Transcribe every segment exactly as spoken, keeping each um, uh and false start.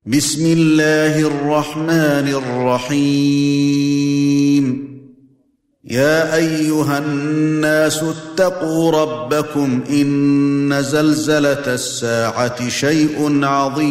بسم الله الرحمن الرحيم يا أيها الناس اتقوا ربكم إن زلزلة الساعة شيء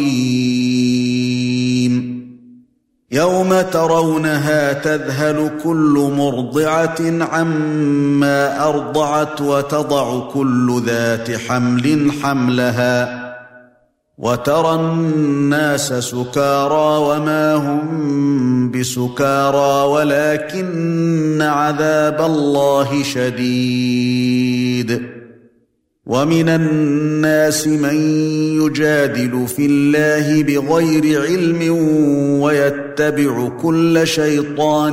عظيم يوم ترونها تذهل كل مرضعة عما أرضعت وتضع كل ذات حمل حملها وترى الناس سكارى وما هم بسكارى ولكن عذاب الله شديد ومن الناس من يجادل في الله بغير علم ويتبع كل شيطان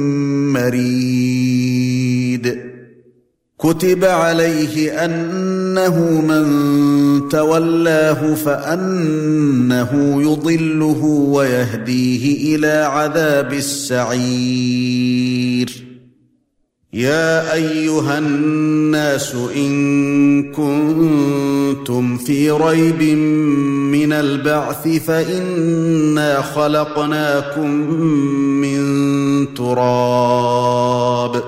مريد كتب عليه أنه من تولاه فأنه يضله ويهديه إلى عذاب السعير يا أيها الناس إن كنتم في ريب من البعث فإنا خلقناكم من تراب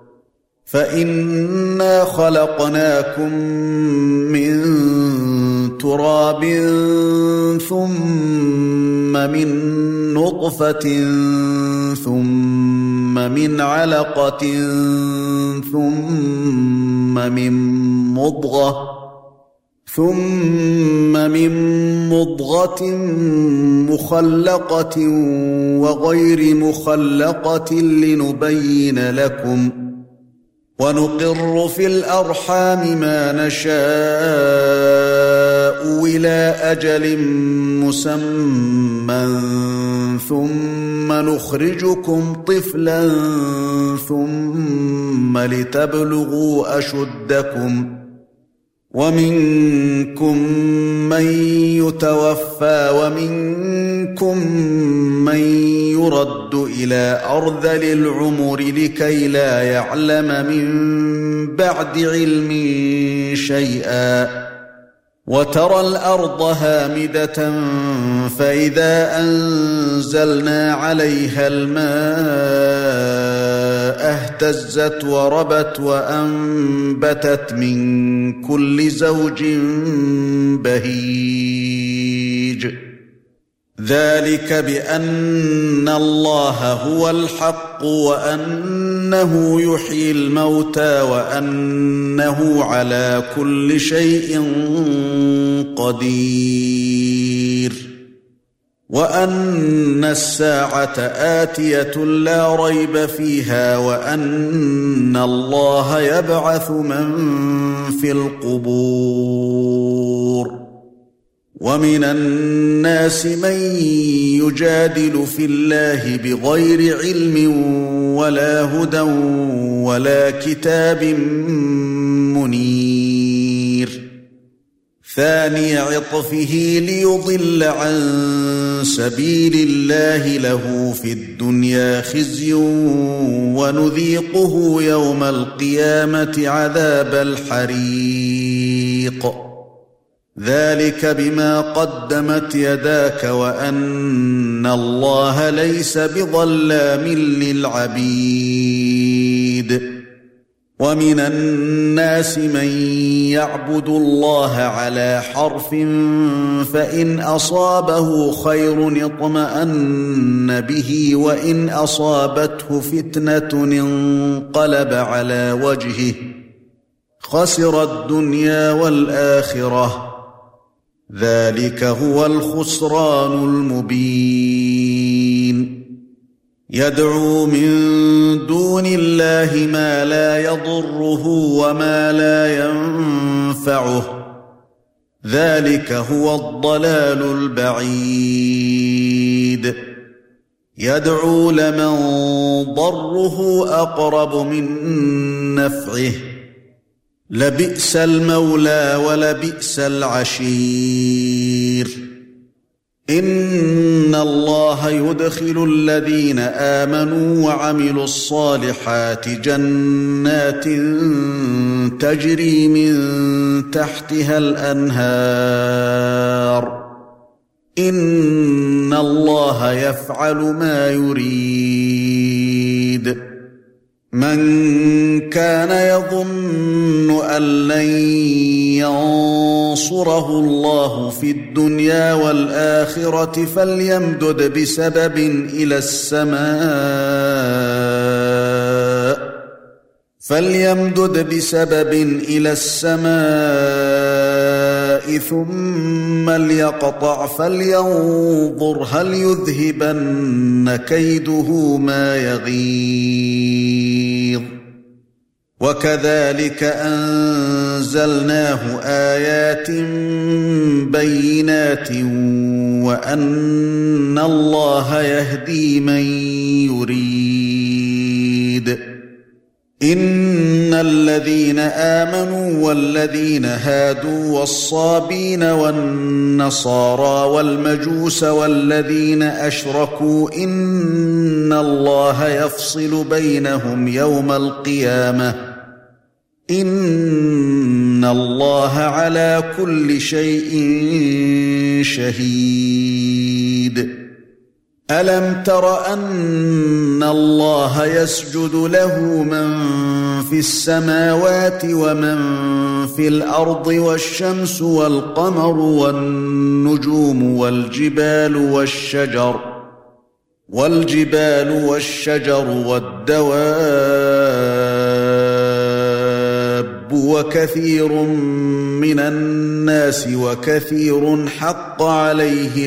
فإنا خلقناكم من تراب ثم من نطفة ثم من علقة ثم من مضغة ثم من مضغة مخلقة وغير مخلقة لنبين لكم ونقر في الأرحام ما نشاء إلى أجل مسمى ثم نخرجكم طفلا ثم لتبلغوا أشدكم ومنكم من يتوفى ومنكم من يرد إلى أرذل العمر لكي لا يعلم من بعد علم شيئا وترى الأرض هامدة فإذا أنزلنا عليها الماء اهتزت وربت وأنبتت من كل زوج بهيج ذلك بأن الله هو الحق وأنه يحيي الموتى وأنه على كل شيء قدير وأن الساعة آتية لا ريب فيها وأن الله يبعث من في القبور ومن الناس من يجادل في الله بغير علم ولا هدى ولا كتاب منير ثاني عطفه ليضل عن سبيل الله له في الدنيا خزي ونذيقه يوم القيامة عذاب الحريق ذلك بما قدمت يداك وأن الله ليس بظلام للعبيد ومن الناس من يعبد الله على حرف فإن أصابه خير اطمأن به وإن أصابته فتنة انقلب على وجهه خسر الدنيا والآخرة ذلك هو الخسران المبين يدعو من دون الله ما لا يضره وما لا ينفعه ذلك هو الضلال البعيد يدعو لمن ضره أقرب من نفعه لبئس المولى ولبئس العشير إن الله يدخل الذين آمنوا وعملوا الصالحات جنات تجري من تحتها الأنهار إن الله يفعل ما يريد من كان يظن أن لن ينصره الله في الدنيا والآخرة فليمدد بسبب إلى السماء فليمدد بسبب إلى السماء ثم ليقطع فلينظر هل يذهبن كيده ما يغيظ وكذلك أنزلناه آيات بينات وأن الله يهدي من يريد إن الذين آمنوا والذين هادوا والصابين والنصارى والمجوس والذين أشركوا إن الله يفصل بينهم يوم القيامة إن الله على كل شيء شهيد ألم تر أن الله يسجد له من في السماوات ومن في الأرض والشمس والقمر والنجوم والجبال والشجر والجبال والشجر والدواب وكثير من الناس وكثير حق عليه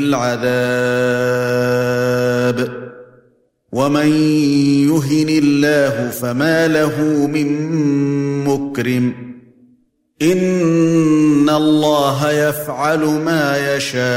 العذاب ومن يهن الله فما له من مكرم إن الله يفعل ما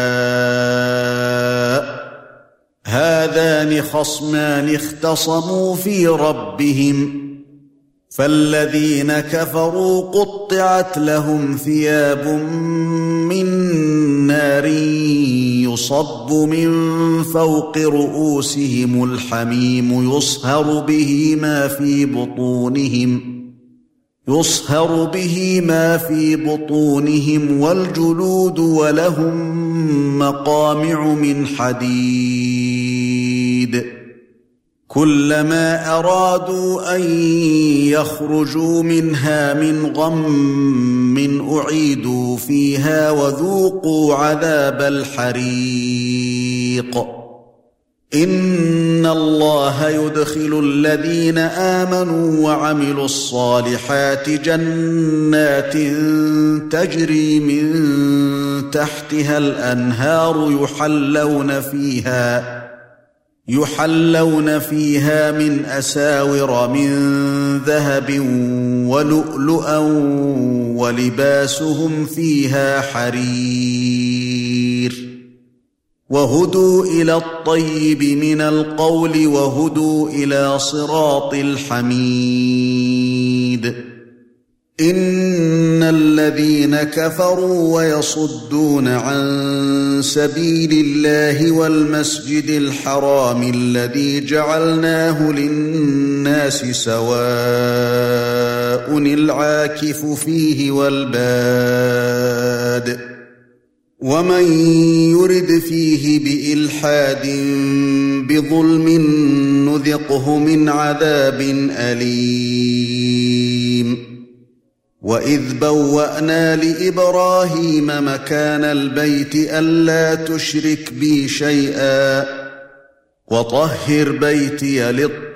يشاء هذان خصمان اختصموا في ربهم فالذين كفروا قطعت لهم ثياب من نار يصب من فوق رؤوسهم الحميم يصهر به ما في بطونهم يصهر به ما في بطونهم والجلود ولهم مقامع من حديد كلما أرادوا أن يخرجوا منها من غم أعيدوا فيها وذوقوا عذاب الحريق إن الله يدخل الذين آمنوا وعملوا الصالحات جنات تجري من تحتها الأنهار يحلون فيها يحلون فيها من أساور من ذهب ولؤلؤا ولباسهم فيها حرير وهدوا إلى الطيب من القول وهدوا إلى صراط الحميد إن الذين كفروا ويصدون عن سبيل الله والمسجد الحرام الذي جعلناه للناس سواء العاكف فيه والباد ومن يرد فيه بإلحاد بظلم نذقه من عذاب أليم وإذ بوأنا لإبراهيم مكان البيت ألا تشرك بي شيئا وطهر بيتي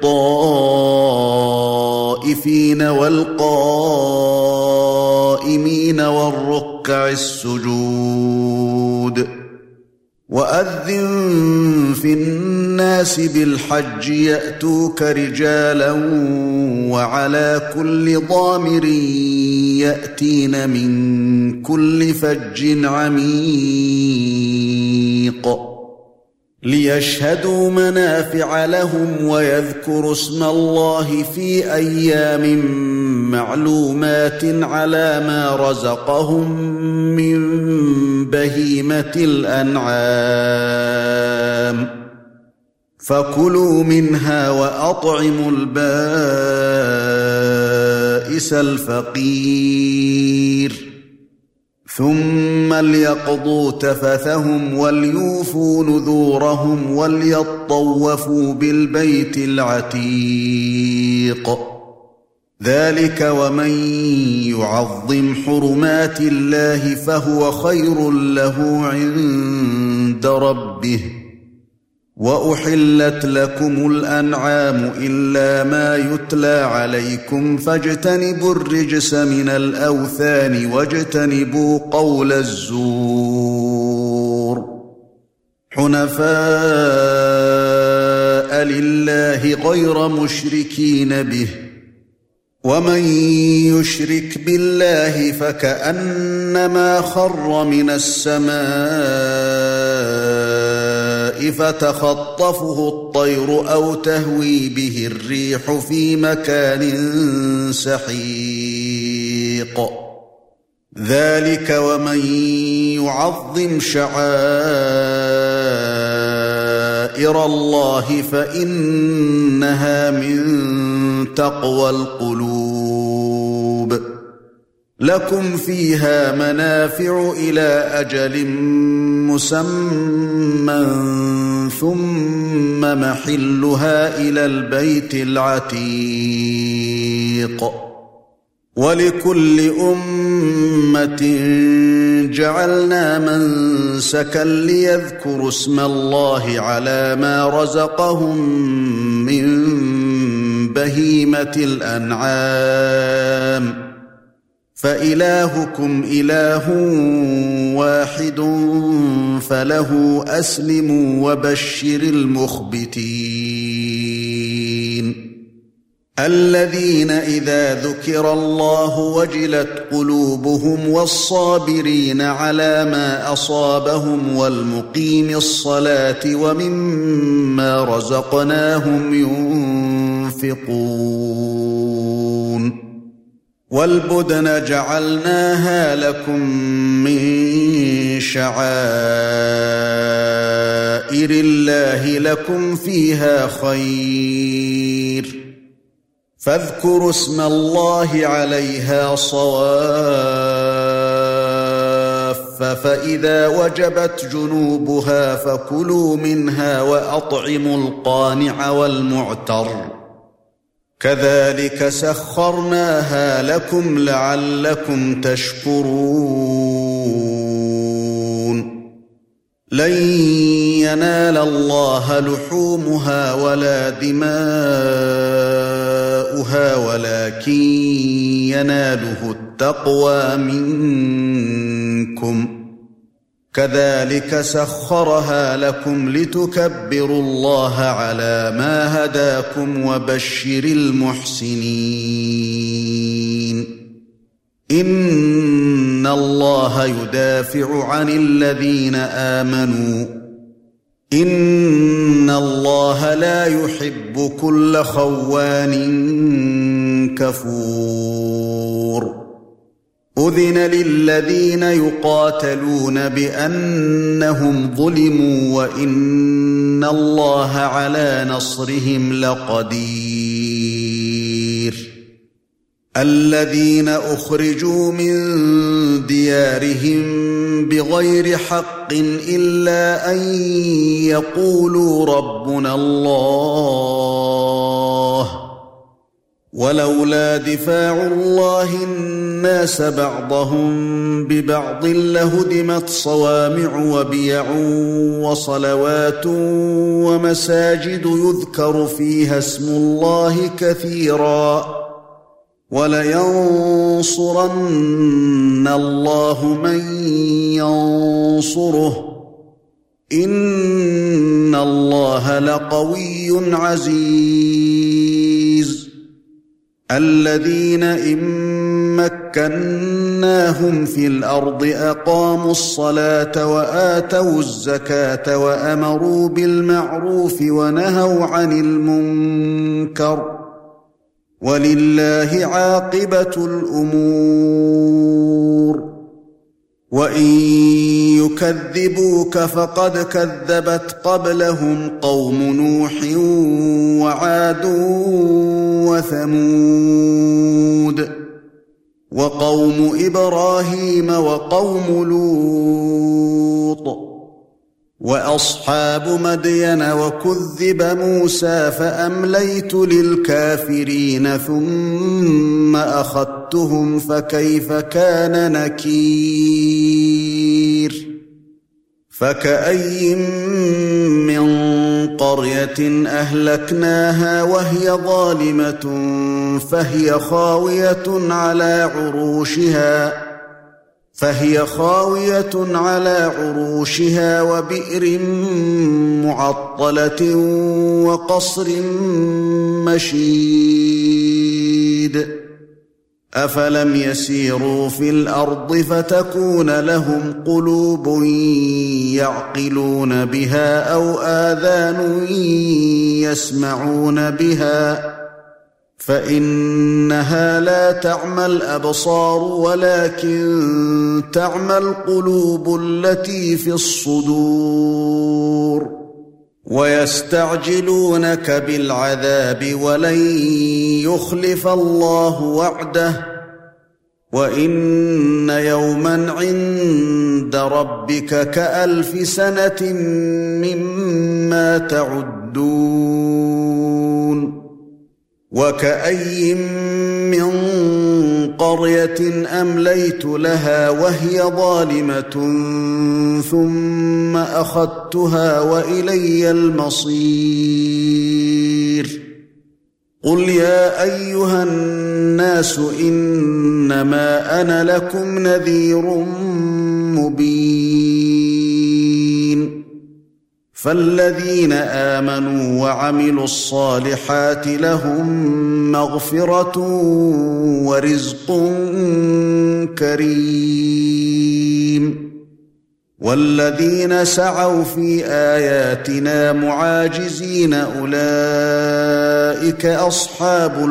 للطائفين والقائمين والركع السجود وأذن في الناس بالحج يأتوك رجالا وعلى كل ضامر يأتين من كل فج عميق ليشهدوا منافع لهم ويذكروا اسم الله في أيام معلومات على ما رزقهم من بهيمة الأنعام فكلوا منها وأطعموا البائس الفقير ثم ليقضوا تفثهم وليوفوا نذورهم وليطوفوا بالبيت العتيق. ذلك ومن يعظم حرمات الله فهو خير له عند ربه. وأحلت لكم الأنعام إلا ما يتلى عليكم فاجتنبوا الرجس من الأوثان واجتنبوا قول الزور. حنفاء لله غير مشركين به، ومن يشرك بالله فكأنما خر من السماء فتخطفه الطير أو تهوي به الريح في مكان سحيق. ذلك ومن يعظم شعائر الله فإنها من تقوى القلوب. لكم فيها منافع إلى أجل مسمى ثم محلها إلى البيت العتيق. ولكل أمة جعلنا منسكا ليذكروا اسم الله على ما رزقهم من بهيمة الأنعام، فإلهكم إله واحد فله أسلموا وبشر المخبتين الذين إذا ذكر الله وجلت قلوبهم والصابرين على ما أصابهم والمقيم الصلاة ومما رزقناهم ينفقون. والبدن جعلناها لكم من شعائر الله لكم فيها خير، فاذكروا اسم الله عليها صواف، فإذا وجبت جنوبها فكلوا منها وأطعموا القانع والمعتر، كذلك سخرناها لكم لعلكم تشكرون. لن ينال الله لحومها ولا دماؤها ولكن يناله التقوى منكم، كذلك سخرها لكم لتكبروا الله على ما هداكم وبشر المحسنين. إن الله يدافع عن الذين آمنوا، إن الله لا يحب كل خوان كفور. أذن للذين يقاتلون بأنهم ظلموا وإن الله على نصرهم لقدير. الذين أخرجوا من ديارهم بغير حق إلا أن يقولوا ربنا الله، ولولا دفاع الله الناس بعضهم ببعض لهدمت صوامع وبيع وصلوات ومساجد يذكر فيها اسم الله كثيرا، ولينصرن الله من ينصره، إن الله لقوي عزيز. الذين إن مكناهم في الأرض أقاموا الصلاة وآتوا الزكاة وأمروا بالمعروف ونهوا عن المنكر، ولله عاقبة الأمور. وإن يكذبوك فقد كذبت قبلهم قوم نوح وعاد وثمود، وقوم إبراهيم وقوم لوط وأصحاب مدين وكذب موسى فأمليت للكافرين ثم أخذتهم فكيف كان نكير فكأي من قرية أهلكناها وهي ظالمة فهي خاوية على عروشها فهي خاوية على عروشها وبئر معطلة وقصر مشيد أفلم يسيروا في الأرض فتكون لهم قلوب يعقلون بها أو آذان يسمعون بها فإنها لا تعمى الأبصار ولكن تعمى القلوب التي في الصدور ويستعجلونك بالعذاب ولن يخلف الله وعده وإن يوما عند ربك كألف سنة مما تعدون وكأي من قرية أمليت لها وهي ظالمة ثم أخذتها وإلي المصير قل يا أيها الناس إنما أنا لكم نذير مبين فالذين آمنوا وعملوا الصالحات لهم مغفرة ورزق كريم والذين سعوا في آياتنا معاجزين أولئك أصحاب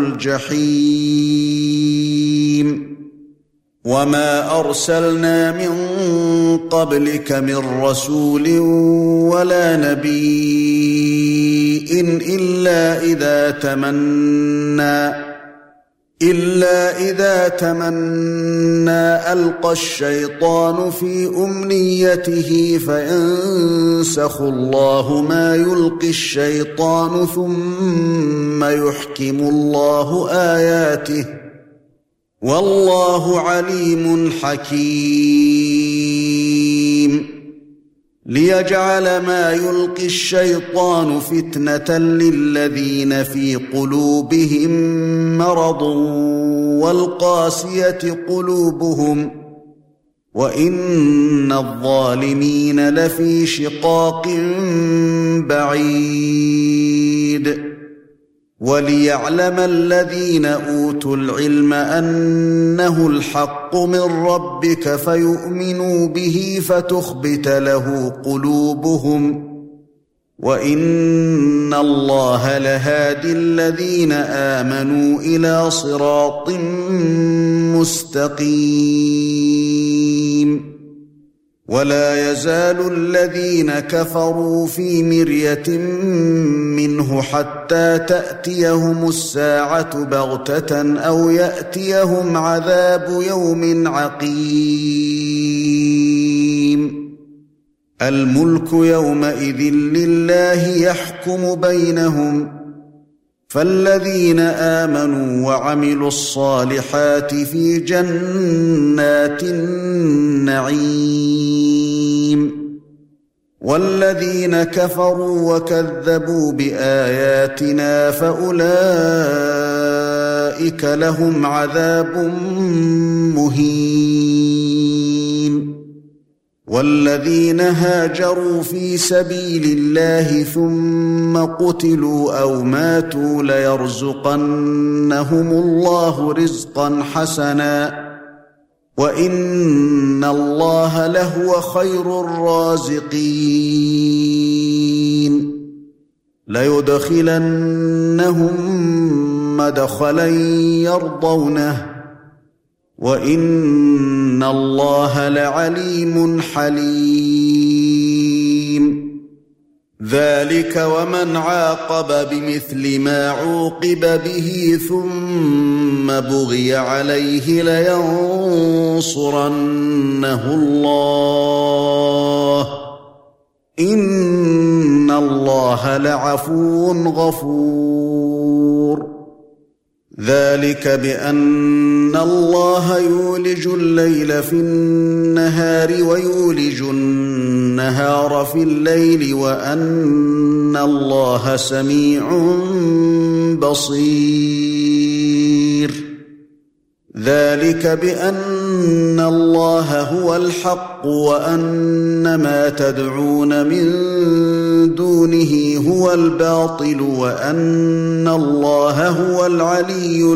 الجحيم وما أرسلنا من قبلك من رسول ولا نبي إلا إذا تمنى إلا إذا تمنى ألقى الشيطان في أمنيته فينسخ الله ما يلقي الشيطان ثم يحكم الله آياته والله عليم حكيم ليجعل ما يلقي الشيطان فتنة للذين في قلوبهم مرض والقاسية قلوبهم وإن الظالمين لفي شقاق بعيد وليعلم الذين أوتوا العلم أنه الحق من ربك فيؤمنوا به فتخبت له قلوبهم وإن الله لهادي الذين آمنوا إلى صراط مستقيم ولا يزال الذين كفروا في مرية منه حتى تأتيهم الساعة بغتة أو يأتيهم عذاب يوم عقيم الملك يومئذ لله يحكم بينهم فالذين آمنوا وعملوا الصالحات في جنات النعيم والذين كفروا وكذبوا بآياتنا فأولئك لهم عذاب مهين والذين هاجروا في سبيل الله ثم قتلوا أو ماتوا ليرزقنهم الله رزقا حسنا وإن الله لهو خير الرازقين ليدخلنهم مدخلا يرضونه وإن الله لعليم حليم ذلك ومن عاقب بمثل ما عوقب به ثم بغي عليه لينصرنه الله إن الله لعفو غفور ذلك بأن الله يولج الليل في النهار ويولج النهار في الليل وأن الله سميع بصير ذلك بأن الله هو الحق وأن ما تدعون من دونه هو الباطل وأن الله هو العلي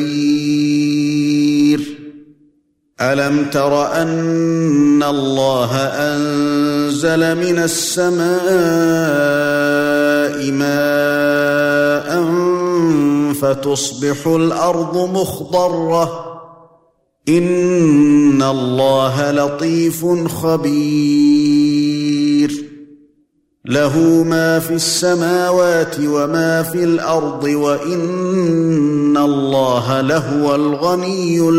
الكبير ألم تر أن الله أنزل من السماء ماء فتصبح الأرض مخضرة إن الله لطيف خبير له ما في السماوات وما في الأرض وإن الله لهو الغني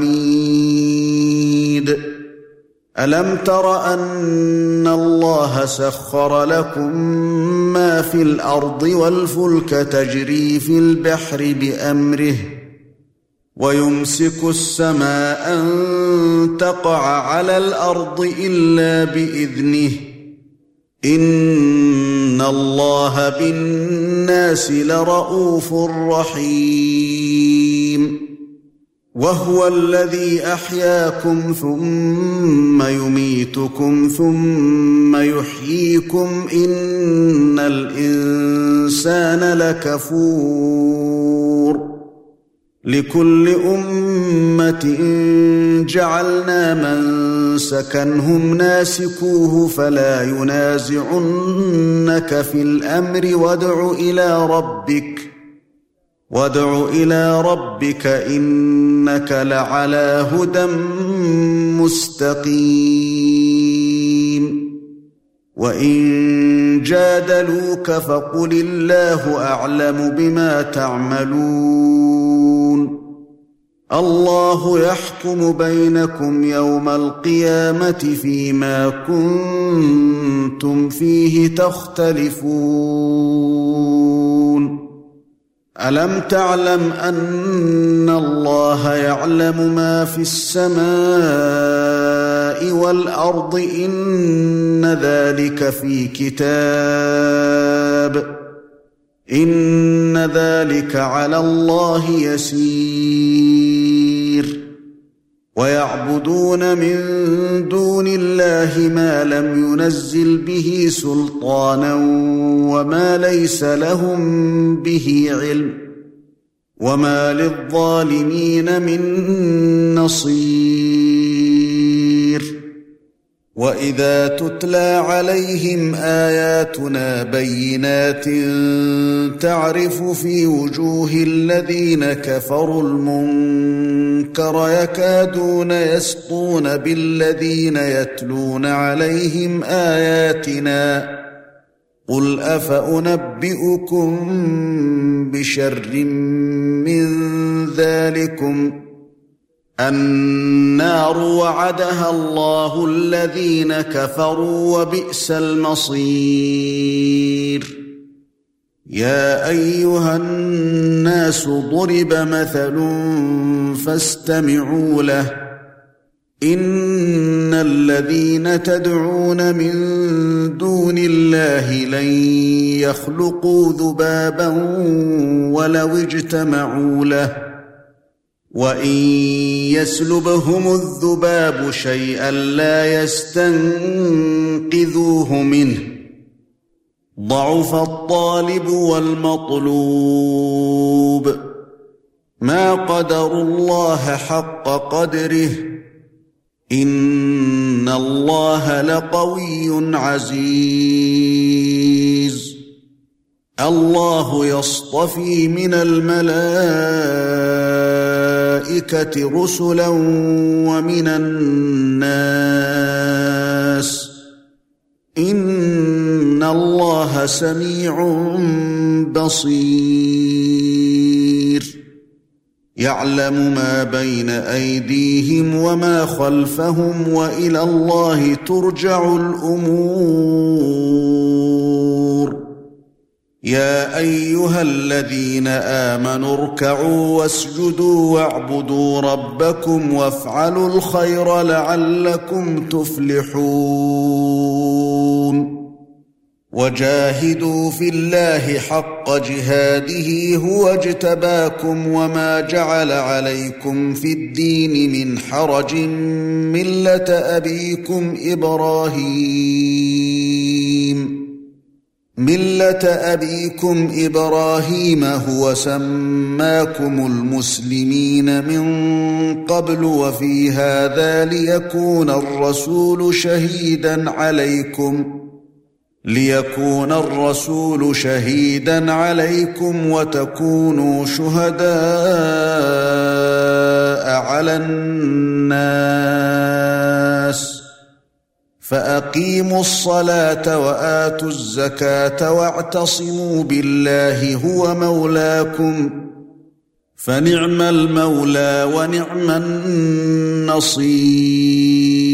الحميد ألم تر أن الله سخر لكم ما في الأرض والفلك تجري في البحر بأمره ويمسك السماء أن تقع على الأرض إلا بإذنه إن الله بالناس لرءوف رحيم وهو الذي أحياكم ثم يميتكم ثم يحييكم إن الإنسان لكفور لكل أمة جعلنا منسكا هم ناسكوه فلا ينازعنك في الأمر وادع إلى ربك وادع إلى ربك إنك لعلى هدى مستقيم وإن جادلوك فقل الله أعلم بما تعملون الله يحكم بينكم يوم القيامة فيما كنتم فيه تختلفون ألم تعلم أن الله يعلم ما في السماء والأرض إن ذلك في كتاب إن ذلك على الله يسير ويعبدون من دون الله ما لم ينزل به سلطانا وما ليس لهم به علم وما للظالمين من نصير وإذا تتلى عليهم آياتنا بينات تعرف في وجوه الذين كفروا المنكر يكادون يسطون بالذين يتلون عليهم آياتنا قل أفأنبئكم بشر من ذلكم النار وعدها الله الذين كفروا وبئس المصير يا أيها الناس ضرب مثل فاستمعوا له إن الذين تدعون من دون الله لن يخلقوا ذبابا ولو اجتمعوا له وإن يسلبهم الذباب شيئا لا يستنقذوه منه ضعف الطالب والمطلوب ما قدروا الله حق قدره إن الله لقوي عزيز الله يصطفي من الملائكة رسلا ومن الناس إن الله الله سميع بصير يعلم ما بين أيديهم وما خلفهم وإلى الله ترجع الأمور يا أيها الذين آمنوا اركعوا واسجدوا واعبدوا ربكم وافعلوا الخير لعلكم تفلحون وجاهدوا في الله حق جهاده هو اجتباكم وما جعل عليكم في الدين من حرج ملة أبيكم إبراهيم ملة أبيكم إبراهيم هو سماكم المسلمين من قبل وفي هذا ليكون الرسول شهيدا عليكم ليكون الرسول شهيدا عليكم وتكونوا شهداء على الناس فأقيموا الصلاة وآتوا الزكاة واعتصموا بالله هو مولاكم فنعم المولى ونعم النصير